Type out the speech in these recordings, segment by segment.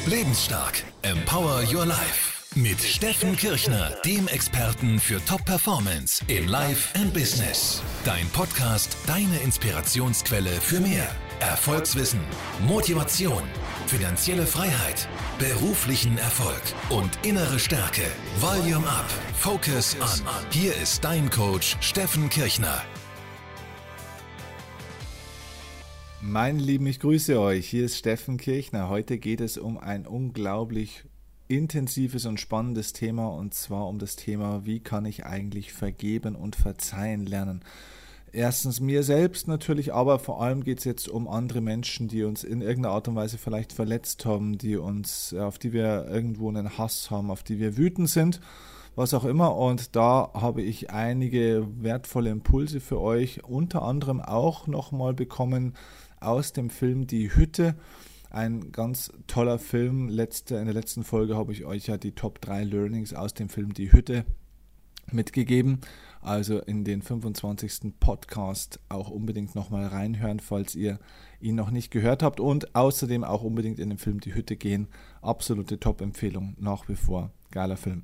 Lebensstark. Empower Your Life. Mit Steffen Kirchner, dem Experten für Top-Performance in Life and Business. Dein Podcast, deine Inspirationsquelle für mehr Erfolgswissen, Motivation, finanzielle Freiheit, beruflichen Erfolg und innere Stärke. Volume Up. Focus On. Hier ist dein Coach Steffen Kirchner. Meine Lieben, ich grüße euch. Hier ist Steffen Kirchner. Heute geht es um ein unglaublich intensives und spannendes Thema, und zwar um das Thema, wie kann ich eigentlich vergeben und verzeihen lernen. Erstens mir selbst natürlich, aber vor allem geht es jetzt um andere Menschen, die uns in irgendeiner Art und Weise vielleicht verletzt haben, auf die wir irgendwo einen Hass haben, auf die wir wütend sind, was auch immer. Und da habe ich einige wertvolle Impulse für euch, unter anderem auch nochmal bekommen aus dem Film Die Hütte. Ein ganz toller Film. In der letzten Folge habe ich euch ja die Top 3 Learnings aus dem Film Die Hütte mitgegeben. Also in den 25. Podcast auch unbedingt nochmal reinhören, falls ihr ihn noch nicht gehört habt. Und außerdem auch unbedingt in den Film Die Hütte gehen. Absolute Top-Empfehlung, nach wie vor. Geiler Film.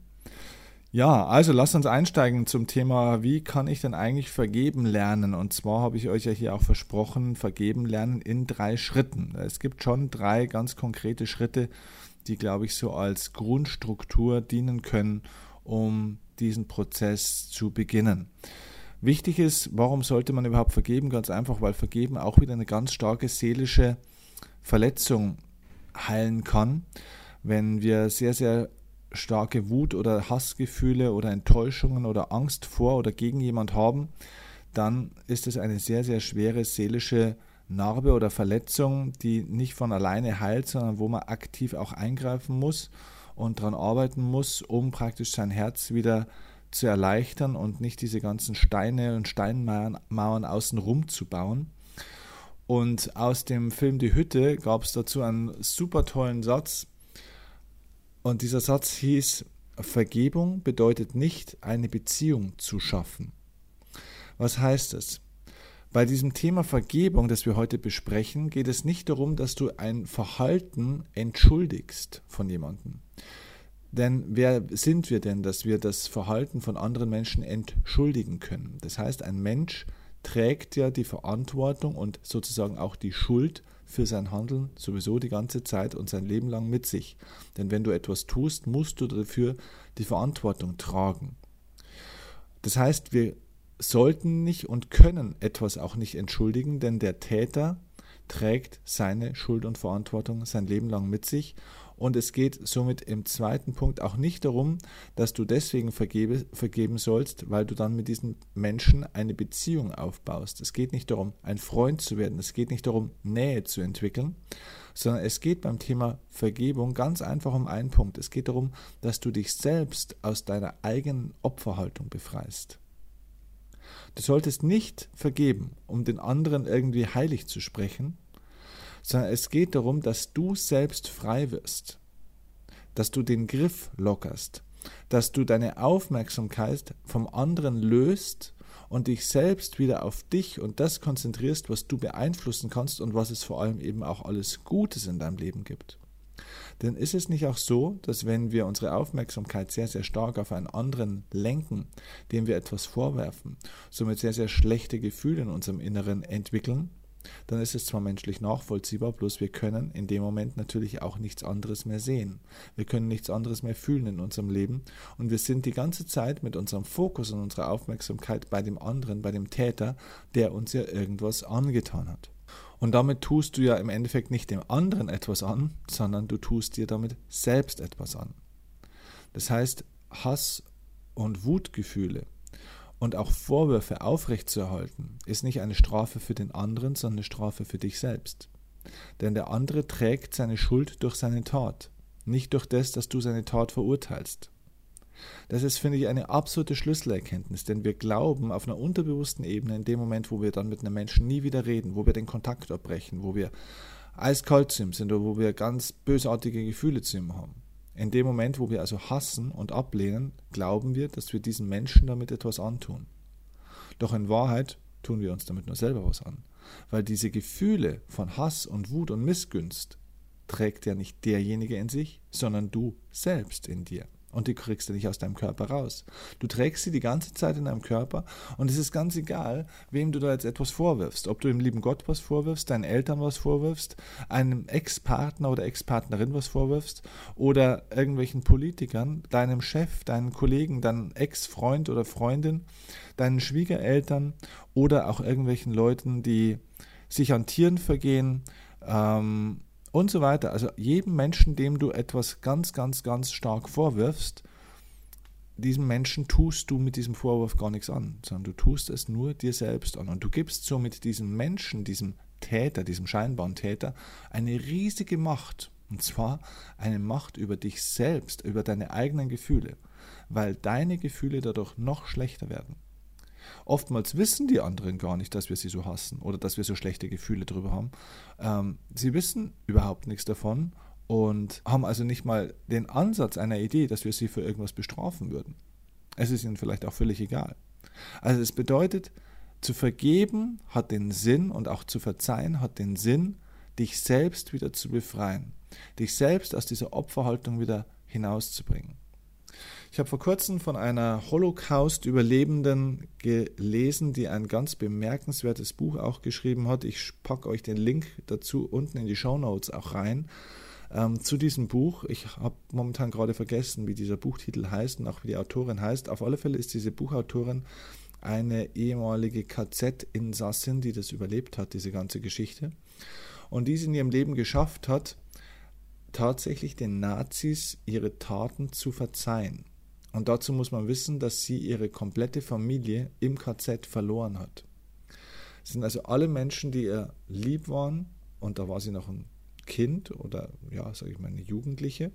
Ja, also lasst uns einsteigen zum Thema, wie kann ich denn eigentlich vergeben lernen? Und zwar habe ich euch ja hier auch versprochen, vergeben lernen in 3 Schritten. Es gibt schon 3 ganz konkrete Schritte, die, glaube ich, so als Grundstruktur dienen können, um diesen Prozess zu beginnen. Wichtig ist, warum sollte man überhaupt vergeben? Ganz einfach, weil Vergeben auch wieder eine ganz starke seelische Verletzung heilen kann. Wenn wir sehr, sehr starke Wut oder Hassgefühle oder Enttäuschungen oder Angst vor oder gegen jemand haben, dann ist es eine sehr, sehr schwere seelische Narbe oder Verletzung, die nicht von alleine heilt, sondern wo man aktiv auch eingreifen muss und daran arbeiten muss, um praktisch sein Herz wieder zu erleichtern und nicht diese ganzen Steine und Steinmauern außenrum zu bauen. Und aus dem Film Die Hütte gab es dazu einen super tollen Satz. Und dieser Satz hieß: Vergebung bedeutet nicht, eine Beziehung zu schaffen. Was heißt es? Bei diesem Thema Vergebung, das wir heute besprechen, geht es nicht darum, dass du ein Verhalten entschuldigst von jemandem. Denn wer sind wir denn, dass wir das Verhalten von anderen Menschen entschuldigen können? Das heißt, ein Mensch trägt ja die Verantwortung und sozusagen auch die Schuld für sein Handeln sowieso die ganze Zeit und sein Leben lang mit sich. Denn wenn du etwas tust, musst du dafür die Verantwortung tragen. Das heißt, wir sollten nicht und können etwas auch nicht entschuldigen, denn der Täter trägt seine Schuld und Verantwortung sein Leben lang mit sich. Und es geht somit im zweiten Punkt auch nicht darum, dass du deswegen vergeben sollst, weil du dann mit diesem Menschen eine Beziehung aufbaust. Es geht nicht darum, ein Freund zu werden. Es geht nicht darum, Nähe zu entwickeln, sondern es geht beim Thema Vergebung ganz einfach um einen Punkt. Es geht darum, dass du dich selbst aus deiner eigenen Opferhaltung befreist. Du solltest nicht vergeben, um den anderen irgendwie heilig zu sprechen, sondern es geht darum, dass du selbst frei wirst, dass du den Griff lockerst, dass du deine Aufmerksamkeit vom anderen löst und dich selbst wieder auf dich und das konzentrierst, was du beeinflussen kannst und was es vor allem eben auch alles Gutes in deinem Leben gibt. Denn ist es nicht auch so, dass wenn wir unsere Aufmerksamkeit sehr, sehr stark auf einen anderen lenken, dem wir etwas vorwerfen, somit sehr, sehr schlechte Gefühle in unserem Inneren entwickeln, dann ist es zwar menschlich nachvollziehbar, bloß wir können in dem Moment natürlich auch nichts anderes mehr sehen. Wir können nichts anderes mehr fühlen in unserem Leben und wir sind die ganze Zeit mit unserem Fokus und unserer Aufmerksamkeit bei dem anderen, bei dem Täter, der uns ja irgendwas angetan hat. Und damit tust du ja im Endeffekt nicht dem anderen etwas an, sondern du tust dir damit selbst etwas an. Das heißt, Hass und Wutgefühle und auch Vorwürfe aufrechtzuerhalten, ist nicht eine Strafe für den anderen, sondern eine Strafe für dich selbst. Denn der andere trägt seine Schuld durch seine Tat, nicht durch das, dass du seine Tat verurteilst. Das ist, finde ich, eine absolute Schlüsselerkenntnis, denn wir glauben auf einer unterbewussten Ebene, in dem Moment, wo wir dann mit einem Menschen nie wieder reden, wo wir den Kontakt abbrechen, wo wir eiskalt zu ihm sind oder wo wir ganz bösartige Gefühle zu ihm haben. In dem Moment, wo wir also hassen und ablehnen, glauben wir, dass wir diesen Menschen damit etwas antun. Doch in Wahrheit tun wir uns damit nur selber was an, weil diese Gefühle von Hass und Wut und Missgunst trägt ja nicht derjenige in sich, sondern du selbst in dir. Und die kriegst du nicht aus deinem Körper raus. Du trägst sie die ganze Zeit in deinem Körper und es ist ganz egal, wem du da jetzt etwas vorwirfst. Ob du dem lieben Gott was vorwirfst, deinen Eltern was vorwirfst, einem Ex-Partner oder Ex-Partnerin was vorwirfst oder irgendwelchen Politikern, deinem Chef, deinen Kollegen, deinem Ex-Freund oder Freundin, deinen Schwiegereltern oder auch irgendwelchen Leuten, die sich an Tieren vergehen, und so weiter. Also jedem Menschen, dem du etwas ganz, ganz, ganz stark vorwirfst, diesem Menschen tust du mit diesem Vorwurf gar nichts an, sondern du tust es nur dir selbst an. Und du gibst somit diesem Menschen, diesem Täter, diesem scheinbaren Täter, eine riesige Macht. Und zwar eine Macht über dich selbst, über deine eigenen Gefühle, weil deine Gefühle dadurch noch schlechter werden. Oftmals wissen die anderen gar nicht, dass wir sie so hassen oder dass wir so schlechte Gefühle drüber haben. Sie wissen überhaupt nichts davon und haben also nicht mal den Ansatz einer Idee, dass wir sie für irgendwas bestrafen würden. Es ist ihnen vielleicht auch völlig egal. Also es bedeutet, zu vergeben hat den Sinn und auch zu verzeihen hat den Sinn, dich selbst wieder zu befreien, dich selbst aus dieser Opferhaltung wieder hinauszubringen. Ich habe vor kurzem von einer Holocaust-Überlebenden gelesen, die ein ganz bemerkenswertes Buch auch geschrieben hat. Ich packe euch den Link dazu unten in die Shownotes auch rein zu diesem Buch. Ich habe momentan gerade vergessen, wie dieser Buchtitel heißt und auch wie die Autorin heißt. Auf alle Fälle ist diese Buchautorin eine ehemalige KZ-Insassin, die das überlebt hat, diese ganze Geschichte. Und die es in ihrem Leben geschafft hat, tatsächlich den Nazis ihre Taten zu verzeihen. Und dazu muss man wissen, dass sie ihre komplette Familie im KZ verloren hat. Es sind also alle Menschen, die ihr lieb waren, und da war sie noch ein Kind oder, ja, sage ich mal, eine Jugendliche.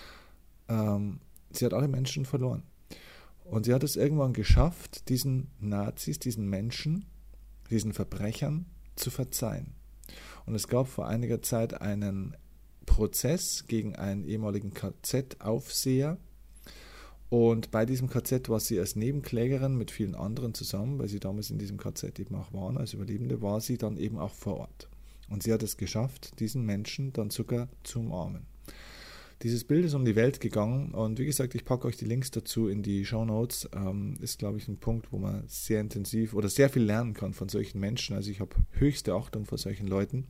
Sie hat alle Menschen verloren. Und sie hat es irgendwann geschafft, diesen Nazis, diesen Menschen, diesen Verbrechern zu verzeihen. Und es gab vor einiger Zeit einen Prozess gegen einen ehemaligen KZ-Aufseher. Und bei diesem KZ war sie als Nebenklägerin mit vielen anderen zusammen, weil sie damals in diesem KZ eben auch waren, als Überlebende, war sie dann eben auch vor Ort. Und sie hat es geschafft, diesen Menschen dann sogar zu umarmen. Dieses Bild ist um die Welt gegangen und wie gesagt, ich packe euch die Links dazu in die Shownotes. Ist, glaube ich, ein Punkt, wo man sehr intensiv oder sehr viel lernen kann von solchen Menschen. Also ich habe höchste Achtung vor solchen Leuten.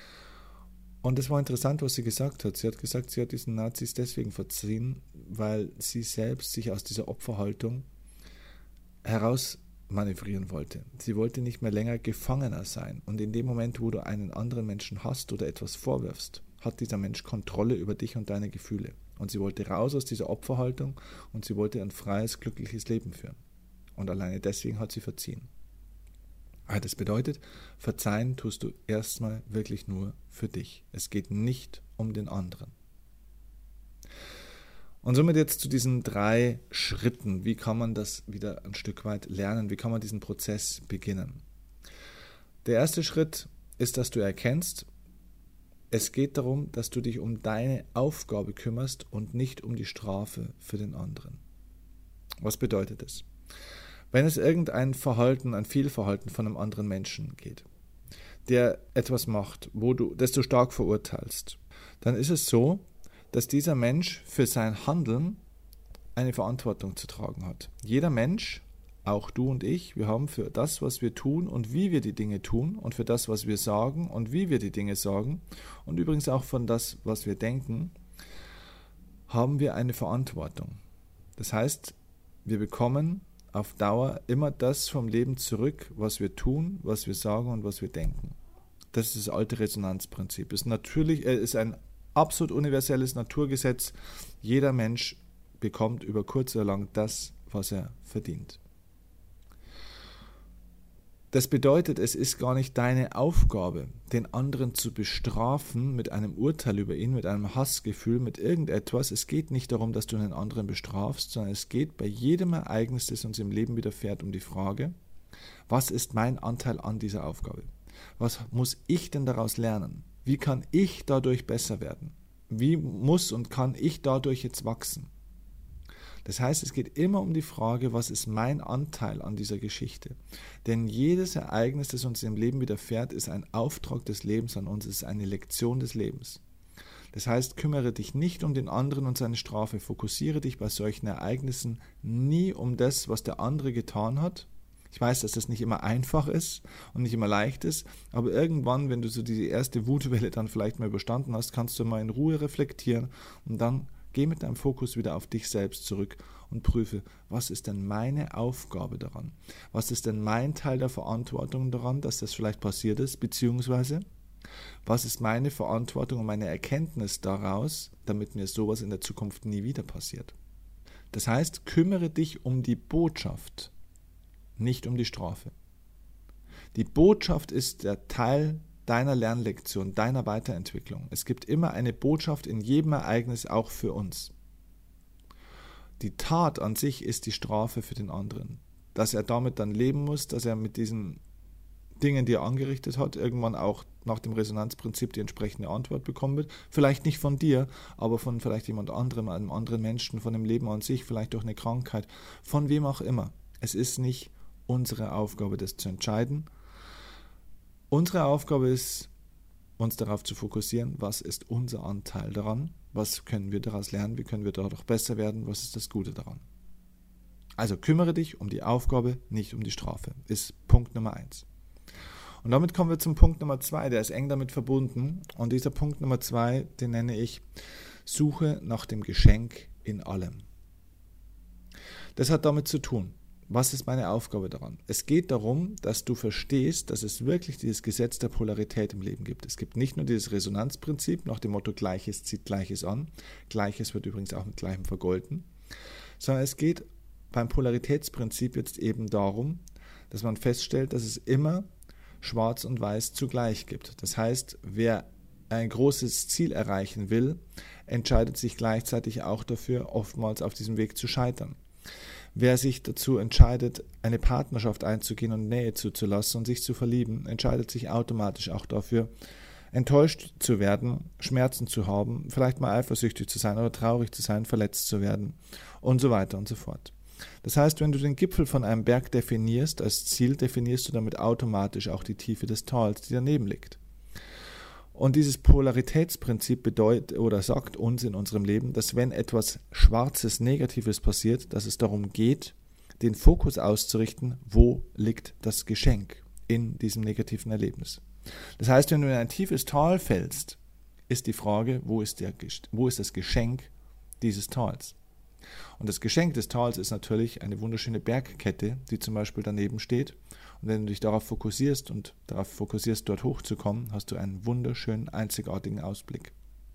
Und es war interessant, was sie gesagt hat. Sie hat gesagt, sie hat diesen Nazis deswegen verziehen, weil sie selbst sich aus dieser Opferhaltung herausmanövrieren wollte. Sie wollte nicht mehr länger Gefangener sein. Und in dem Moment, wo du einen anderen Menschen hasst oder etwas vorwirfst, hat dieser Mensch Kontrolle über dich und deine Gefühle. Und sie wollte raus aus dieser Opferhaltung und sie wollte ein freies, glückliches Leben führen. Und alleine deswegen hat sie verziehen. Das bedeutet, verzeihen tust du erstmal wirklich nur für dich. Es geht nicht um den anderen. Und somit jetzt zu diesen 3 Schritten. Wie kann man das wieder ein Stück weit lernen? Wie kann man diesen Prozess beginnen? Der erste Schritt ist, dass du erkennst, es geht darum, dass du dich um deine Aufgabe kümmerst und nicht um die Strafe für den anderen. Was bedeutet das? Wenn es irgendein Verhalten, ein Fehlverhalten von einem anderen Menschen geht, der etwas macht, das du stark verurteilst, dann ist es so, dass dieser Mensch für sein Handeln eine Verantwortung zu tragen hat. Jeder Mensch, auch du und ich, wir haben für das, was wir tun und wie wir die Dinge tun und für das, was wir sagen und wie wir die Dinge sagen und übrigens auch von das, was wir denken, haben wir eine Verantwortung. Das heißt, wir bekommen auf Dauer immer das vom Leben zurück, was wir tun, was wir sagen und was wir denken. Das ist das alte Resonanzprinzip. Es ist ein absolut universelles Naturgesetz. Jeder Mensch bekommt über kurz oder lang das, was er verdient. Das bedeutet, es ist gar nicht deine Aufgabe, den anderen zu bestrafen mit einem Urteil über ihn, mit einem Hassgefühl, mit irgendetwas. Es geht nicht darum, dass du einen anderen bestrafst, sondern es geht bei jedem Ereignis, das uns im Leben widerfährt, um die Frage, was ist mein Anteil an dieser Aufgabe? Was muss ich denn daraus lernen? Wie kann ich dadurch besser werden? Wie muss und kann ich dadurch jetzt wachsen? Das heißt, es geht immer um die Frage, was ist mein Anteil an dieser Geschichte? Denn jedes Ereignis, das uns im Leben widerfährt, ist ein Auftrag des Lebens an uns, ist eine Lektion des Lebens. Das heißt, kümmere dich nicht um den anderen und seine Strafe. Fokussiere dich bei solchen Ereignissen nie um das, was der andere getan hat. Ich weiß, dass das nicht immer einfach ist und nicht immer leicht ist, aber irgendwann, wenn du so diese erste Wutwelle dann vielleicht mal überstanden hast, kannst du mal in Ruhe reflektieren und dann geh mit deinem Fokus wieder auf dich selbst zurück und prüfe, was ist denn meine Aufgabe daran? Was ist denn mein Teil der Verantwortung daran, dass das vielleicht passiert ist, beziehungsweise was ist meine Verantwortung und meine Erkenntnis daraus, damit mir sowas in der Zukunft nie wieder passiert? Das heißt, kümmere dich um die Botschaft, nicht um die Strafe. Die Botschaft ist der Teil deiner Lernlektion, deiner Weiterentwicklung. Es gibt immer eine Botschaft in jedem Ereignis, auch für uns. Die Tat an sich ist die Strafe für den anderen. Dass er damit dann leben muss, dass er mit diesen Dingen, die er angerichtet hat, irgendwann auch nach dem Resonanzprinzip die entsprechende Antwort bekommen wird. Vielleicht nicht von dir, aber von vielleicht jemand anderem, einem anderen Menschen, von dem Leben an sich, vielleicht durch eine Krankheit, von wem auch immer. Es ist nicht unsere Aufgabe, das zu entscheiden. Unsere Aufgabe ist, uns darauf zu fokussieren, was ist unser Anteil daran, was können wir daraus lernen, wie können wir dadurch besser werden, was ist das Gute daran. Also kümmere dich um die Aufgabe, nicht um die Strafe, ist Punkt Nummer 1. Und damit kommen wir zum Punkt Nummer 2, der ist eng damit verbunden. Und dieser Punkt Nummer 2, den nenne ich Suche nach dem Geschenk in allem. Das hat damit zu tun, was ist meine Aufgabe daran? Es geht darum, dass du verstehst, dass es wirklich dieses Gesetz der Polarität im Leben gibt. Es gibt nicht nur dieses Resonanzprinzip nach dem Motto Gleiches zieht Gleiches an. Gleiches wird übrigens auch mit Gleichem vergolten. Sondern es geht beim Polaritätsprinzip jetzt eben darum, dass man feststellt, dass es immer Schwarz und Weiß zugleich gibt. Das heißt, wer ein großes Ziel erreichen will, entscheidet sich gleichzeitig auch dafür, oftmals auf diesem Weg zu scheitern. Wer sich dazu entscheidet, eine Partnerschaft einzugehen und Nähe zuzulassen und sich zu verlieben, entscheidet sich automatisch auch dafür, enttäuscht zu werden, Schmerzen zu haben, vielleicht mal eifersüchtig zu sein oder traurig zu sein, verletzt zu werden und so weiter und so fort. Das heißt, wenn du den Gipfel von einem Berg definierst als Ziel, definierst du damit automatisch auch die Tiefe des Tals, die daneben liegt. Und dieses Polaritätsprinzip bedeutet oder sagt uns in unserem Leben, dass wenn etwas Schwarzes, Negatives passiert, dass es darum geht, den Fokus auszurichten, wo liegt das Geschenk in diesem negativen Erlebnis. Das heißt, wenn du in ein tiefes Tal fällst, ist die Frage, wo ist das Geschenk dieses Tals? Und das Geschenk des Tals ist natürlich eine wunderschöne Bergkette, die zum Beispiel daneben steht. Und wenn du dich darauf fokussierst und darauf fokussierst, dort hochzukommen, hast du einen wunderschönen, einzigartigen Ausblick.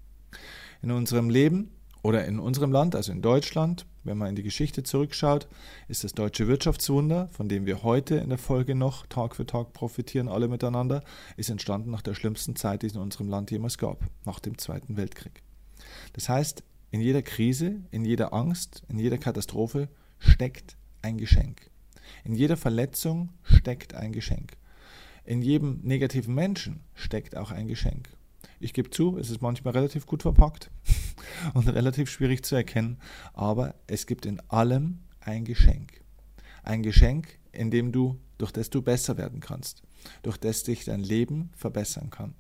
In unserem Leben oder in unserem Land, also in Deutschland, wenn man in die Geschichte zurückschaut, ist das deutsche Wirtschaftswunder, von dem wir heute in der Folge noch Tag für Tag profitieren, alle miteinander, ist entstanden nach der schlimmsten Zeit, die es in unserem Land jemals gab, nach dem Zweiten Weltkrieg. Das heißt, in jeder Krise, in jeder Angst, in jeder Katastrophe steckt ein Geschenk. In jeder Verletzung steckt ein Geschenk. In jedem negativen Menschen steckt auch ein Geschenk. Ich gebe zu, es ist manchmal relativ gut verpackt und relativ schwierig zu erkennen, aber es gibt in allem ein Geschenk. Ein Geschenk, durch das du besser werden kannst, durch das dich dein Leben verbessern kann.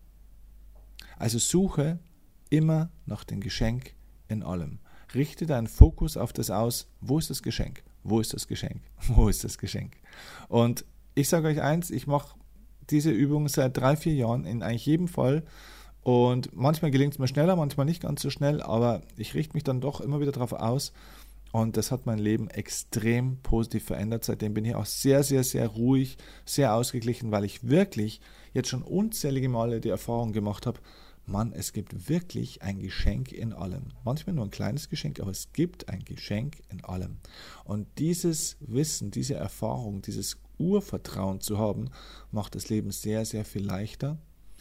Also suche immer nach dem Geschenk in allem. Richte deinen Fokus auf das aus, wo ist das Geschenk? Wo ist das Geschenk? Wo ist das Geschenk? Und ich sage euch eins, ich mache diese Übung seit 3-4 Jahren in eigentlich jedem Fall und manchmal gelingt es mir schneller, manchmal nicht ganz so schnell, aber ich richte mich dann doch immer wieder darauf aus und das hat mein Leben extrem positiv verändert. Seitdem bin ich auch sehr, sehr, sehr ruhig, sehr ausgeglichen, weil ich wirklich jetzt schon unzählige Male die Erfahrung gemacht habe, Mann, es gibt wirklich ein Geschenk in allem. Manchmal nur ein kleines Geschenk, aber es gibt ein Geschenk in allem. Und dieses Wissen, diese Erfahrung, dieses Urvertrauen zu haben, macht das Leben sehr, sehr viel leichter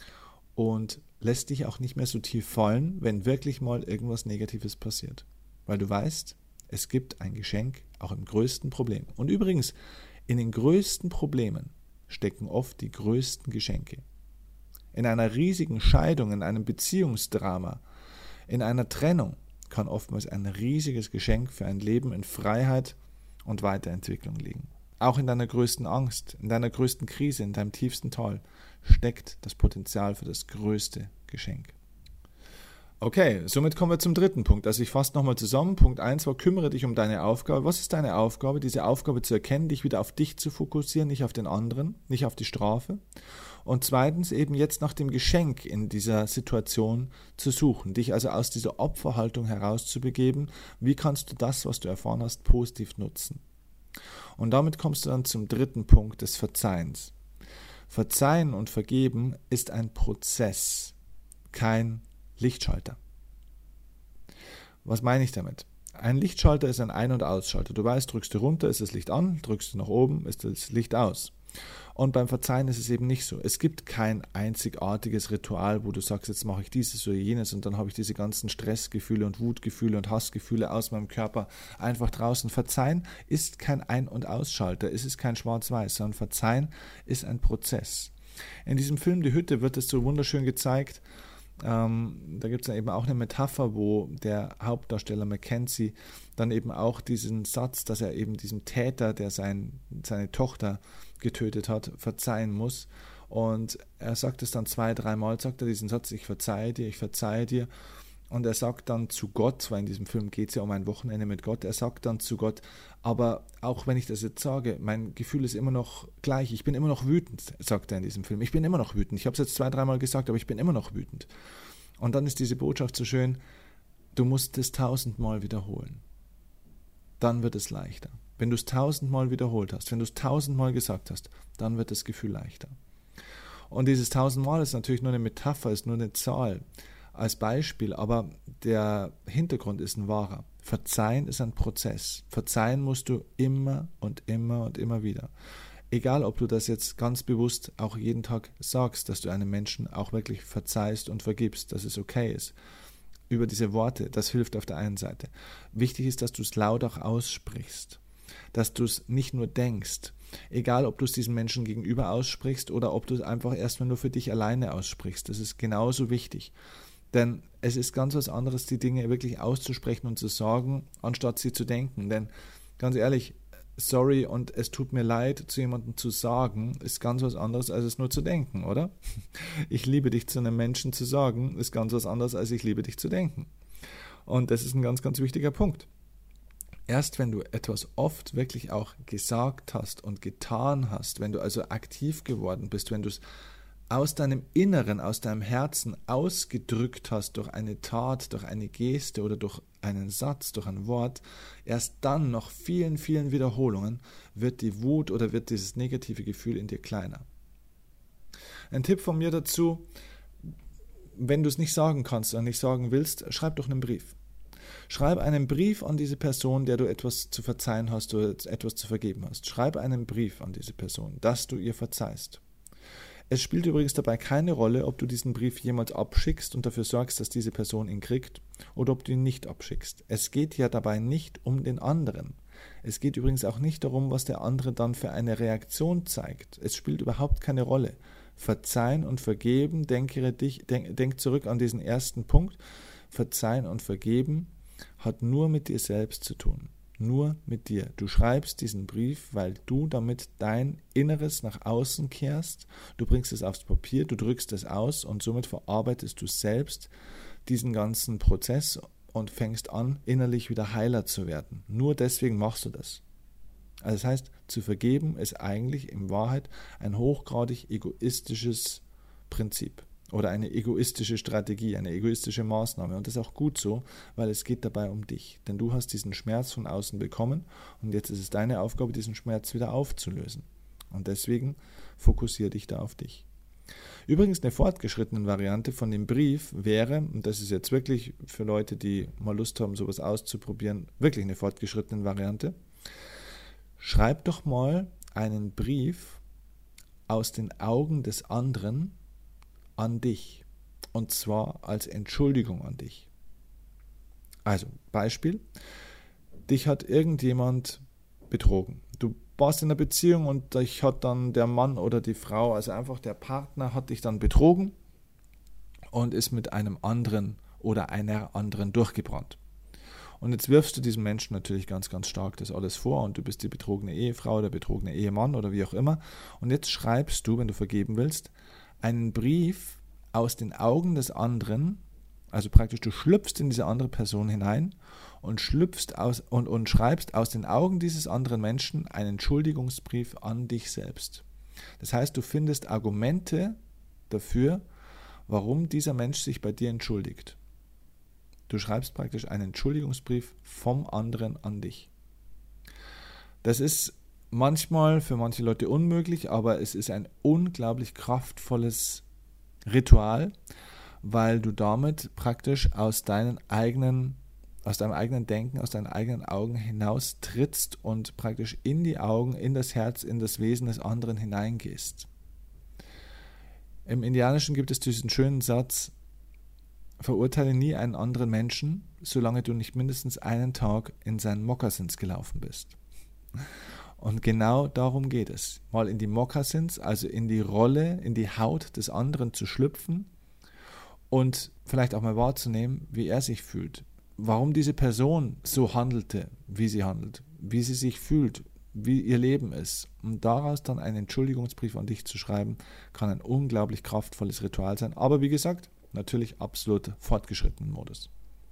und lässt dich auch nicht mehr so tief fallen, wenn wirklich mal irgendwas Negatives passiert. Weil du weißt, es gibt ein Geschenk auch im größten Problem. Und übrigens, in den größten Problemen stecken oft die größten Geschenke. In einer riesigen Scheidung, in einem Beziehungsdrama, in einer Trennung kann oftmals ein riesiges Geschenk für ein Leben in Freiheit und Weiterentwicklung liegen. Auch in deiner größten Angst, in deiner größten Krise, in deinem tiefsten Tal steckt das Potenzial für das größte Geschenk. Okay, somit kommen wir zum dritten Punkt. Also ich fasse nochmal zusammen. Punkt 1 war, kümmere dich um deine Aufgabe. Was ist deine Aufgabe? Diese Aufgabe zu erkennen, dich wieder auf dich zu fokussieren, nicht auf den anderen, nicht auf die Strafe. Und zweitens eben jetzt nach dem Geschenk in dieser Situation zu suchen, dich also aus dieser Opferhaltung herauszubegeben. Wie kannst du das, was du erfahren hast, positiv nutzen? Und damit kommst du dann zum dritten Punkt des Verzeihens. Verzeihen und Vergeben ist ein Prozess, kein Lichtschalter. Was meine ich damit? Ein Lichtschalter ist ein Ein- und Ausschalter. Du weißt, drückst du runter, ist das Licht an, drückst du nach oben, ist das Licht aus. Und beim Verzeihen ist es eben nicht so. Es gibt kein einzigartiges Ritual, wo du sagst, jetzt mache ich dieses oder jenes und dann habe ich diese ganzen Stressgefühle und Wutgefühle und Hassgefühle aus meinem Körper einfach draußen. Verzeihen ist kein Ein- und Ausschalter, es ist kein Schwarz-Weiß, sondern Verzeihen ist ein Prozess. In diesem Film Die Hütte wird es so wunderschön gezeigt. Da gibt es dann eben auch eine Metapher, wo der Hauptdarsteller Mackenzie dann eben auch diesen Satz, dass er eben diesem Täter, der seine Tochter getötet hat, verzeihen muss. Und er sagt es dann 2-3 Mal, sagt er diesen Satz, ich verzeihe dir, ich verzeihe dir. Und er sagt dann zu Gott, weil in diesem Film geht es ja um ein Wochenende mit Gott, er sagt dann zu Gott, aber auch wenn ich das jetzt sage, mein Gefühl ist immer noch gleich, ich bin immer noch wütend, sagt er in diesem Film. Ich bin immer noch wütend, ich habe es jetzt 2-3 Mal gesagt, aber ich bin immer noch wütend. Und dann ist diese Botschaft so schön, du musst es 1000 Mal wiederholen. Dann wird es leichter. Wenn du es 1000 Mal wiederholt hast, wenn du es 1000 Mal gesagt hast, dann wird das Gefühl leichter. Und dieses 1000 Mal ist natürlich nur eine Metapher, ist nur eine Zahl als Beispiel, aber der Hintergrund ist ein wahrer. Verzeihen ist ein Prozess. Verzeihen musst du immer und immer und immer wieder. Egal, ob du das jetzt ganz bewusst auch jeden Tag sagst, dass du einem Menschen auch wirklich verzeihst und vergibst, dass es okay ist. Über diese Worte, das hilft auf der einen Seite. Wichtig ist, dass du es laut auch aussprichst, dass du es nicht nur denkst, egal ob du es diesem Menschen gegenüber aussprichst oder ob du es einfach erstmal nur für dich alleine aussprichst, das ist genauso wichtig. Denn es ist ganz was anderes, die Dinge wirklich auszusprechen und zu sagen, anstatt sie zu denken. Denn ganz ehrlich, sorry und es tut mir leid zu jemandem zu sagen, ist ganz was anderes, als es nur zu denken, oder? Ich liebe dich zu einem Menschen zu sagen, ist ganz was anderes, als ich liebe dich zu denken. Und das ist ein ganz, ganz wichtiger Punkt. Erst wenn du etwas oft wirklich auch gesagt hast und getan hast, wenn du also aktiv geworden bist, wenn du es aus deinem Inneren, aus deinem Herzen ausgedrückt hast durch eine Tat, durch eine Geste oder durch einen Satz, durch ein Wort, erst dann nach vielen, vielen Wiederholungen wird die Wut oder wird dieses negative Gefühl in dir kleiner. Ein Tipp von mir dazu, wenn du es nicht sagen kannst oder nicht sagen willst, schreib doch einen Brief. Schreib einen Brief an diese Person, der du etwas zu verzeihen hast oder etwas zu vergeben hast. Schreib einen Brief an diese Person, dass du ihr verzeihst. Es spielt übrigens dabei keine Rolle, ob du diesen Brief jemals abschickst und dafür sorgst, dass diese Person ihn kriegt, oder ob du ihn nicht abschickst. Es geht ja dabei nicht um den anderen. Es geht übrigens auch nicht darum, was der andere dann für eine Reaktion zeigt. Es spielt überhaupt keine Rolle. Verzeihen und vergeben, denk zurück an diesen ersten Punkt. Verzeihen und vergeben hat nur mit dir selbst zu tun. Nur mit dir. Du schreibst diesen Brief, weil du damit dein Inneres nach außen kehrst. Du bringst es aufs Papier, du drückst es aus und somit verarbeitest du selbst diesen ganzen Prozess und fängst an, innerlich wieder heiler zu werden. Nur deswegen machst du das. Also das heißt, zu vergeben ist eigentlich in Wahrheit ein hochgradig egoistisches Prinzip. Oder eine egoistische Strategie, eine egoistische Maßnahme. Und das ist auch gut so, weil es geht dabei um dich. Denn du hast diesen Schmerz von außen bekommen und jetzt ist es deine Aufgabe, diesen Schmerz wieder aufzulösen. Und deswegen fokussiere dich da auf dich. Übrigens eine fortgeschrittene Variante von dem Brief wäre, und das ist jetzt wirklich für Leute, die mal Lust haben, sowas auszuprobieren, wirklich eine fortgeschrittene Variante. Schreib doch mal einen Brief aus den Augen des anderen an dich, und zwar als Entschuldigung an dich. Also, Beispiel, dich hat irgendjemand betrogen. Du warst in einer Beziehung und dich hat dann der Mann oder die Frau, also einfach der Partner, hat dich dann betrogen und ist mit einem anderen oder einer anderen durchgebrannt. Und jetzt wirfst du diesem Menschen natürlich ganz, ganz stark das alles vor und du bist die betrogene Ehefrau oder betrogene Ehemann oder wie auch immer. Und jetzt schreibst du, wenn du vergeben willst, einen Brief aus den Augen des anderen Also praktisch, du schlüpfst in diese andere Person hinein und schreibst aus den Augen dieses anderen Menschen einen Entschuldigungsbrief an dich selbst. Das heißt, du findest Argumente dafür, warum dieser Mensch sich bei dir entschuldigt. Du schreibst praktisch einen Entschuldigungsbrief vom anderen an dich. Das ist manchmal für manche Leute unmöglich, aber es ist ein unglaublich kraftvolles Ritual, weil du damit praktisch aus deinem eigenen Denken, aus deinen eigenen Augen hinaus trittst und praktisch in die Augen, in das Herz, in das Wesen des anderen hineingehst. Im Indianischen gibt es diesen schönen Satz: Verurteile nie einen anderen Menschen, solange du nicht mindestens einen Tag in seinen Mokassins gelaufen bist. Und genau darum geht es. Mal in die Mokassins, also in die Rolle, in die Haut des anderen zu schlüpfen und vielleicht auch mal wahrzunehmen, wie er sich fühlt. Warum diese Person so handelte, wie sie handelt, wie sie sich fühlt, wie ihr Leben ist. Und daraus dann einen Entschuldigungsbrief an dich zu schreiben, kann ein unglaublich kraftvolles Ritual sein. Aber wie gesagt, natürlich absolut fortgeschrittenen Modus.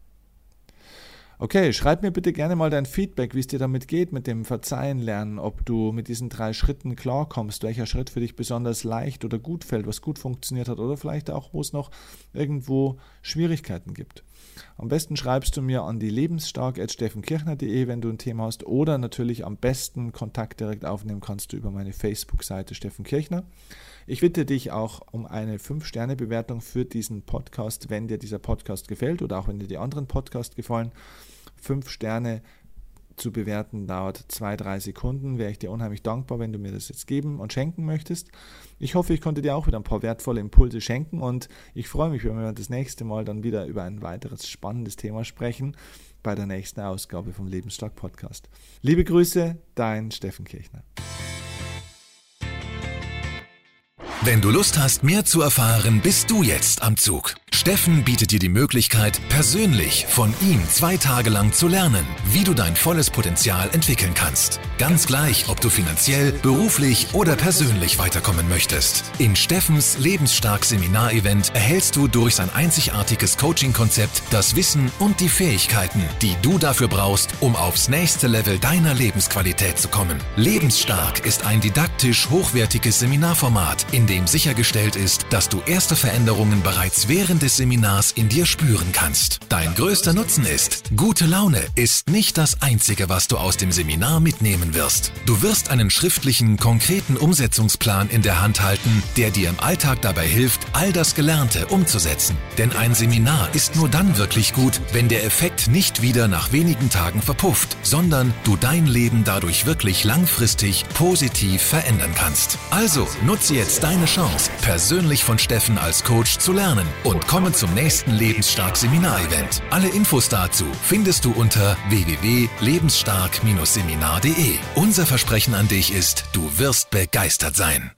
Okay, schreib mir bitte gerne mal dein Feedback, wie es dir damit geht mit dem Verzeihen lernen, ob du mit diesen 3 Schritten klarkommst, welcher Schritt für dich besonders leicht oder gut fällt, was gut funktioniert hat oder vielleicht auch, wo es noch irgendwo Schwierigkeiten gibt. Am besten schreibst du mir an die lebensstark@steffenkirchner.de, wenn du ein Thema hast, oder natürlich am besten Kontakt direkt aufnehmen kannst du über meine Facebook-Seite Steffen Kirchner. Ich bitte dich auch um eine 5-Sterne-Bewertung für diesen Podcast, wenn dir dieser Podcast gefällt oder auch wenn dir die anderen Podcasts gefallen. 5 Sterne zu bewerten dauert 2-3 Sekunden. Wäre ich dir unheimlich dankbar, wenn du mir das jetzt geben und schenken möchtest. Ich hoffe, ich konnte dir auch wieder ein paar wertvolle Impulse schenken und ich freue mich, wenn wir das nächste Mal dann wieder über ein weiteres spannendes Thema sprechen bei der nächsten Ausgabe vom Lebensstark Podcast. Liebe Grüße, dein Steffen Kirchner. Wenn du Lust hast, mehr zu erfahren, bist du jetzt am Zug. Steffen bietet dir die Möglichkeit, persönlich von ihm 2 Tage lang zu lernen, wie du dein volles Potenzial entwickeln kannst. Ganz gleich, ob du finanziell, beruflich oder persönlich weiterkommen möchtest. In Steffens Lebensstark-Seminar-Event erhältst du durch sein einzigartiges Coaching-Konzept das Wissen und die Fähigkeiten, die du dafür brauchst, um aufs nächste Level deiner Lebensqualität zu kommen. Lebensstark ist ein didaktisch hochwertiges Seminarformat, in dem sichergestellt ist, dass du erste Veränderungen bereits während des Seminars in dir spüren kannst. Dein größter Nutzen ist: Gute Laune ist nicht das Einzige, was du aus dem Seminar mitnehmen wirst. Du wirst einen schriftlichen, konkreten Umsetzungsplan in der Hand halten, der dir im Alltag dabei hilft, all das Gelernte umzusetzen. Denn ein Seminar ist nur dann wirklich gut, wenn der Effekt nicht wieder nach wenigen Tagen verpufft, sondern du dein Leben dadurch wirklich langfristig positiv verändern kannst. Also nutze jetzt deine Chance, persönlich von Steffen als Coach zu lernen und komme zum nächsten Lebensstark-Seminar-Event. Alle Infos dazu findest du unter www.lebensstark-seminar.de. Unser Versprechen an dich ist, du wirst begeistert sein.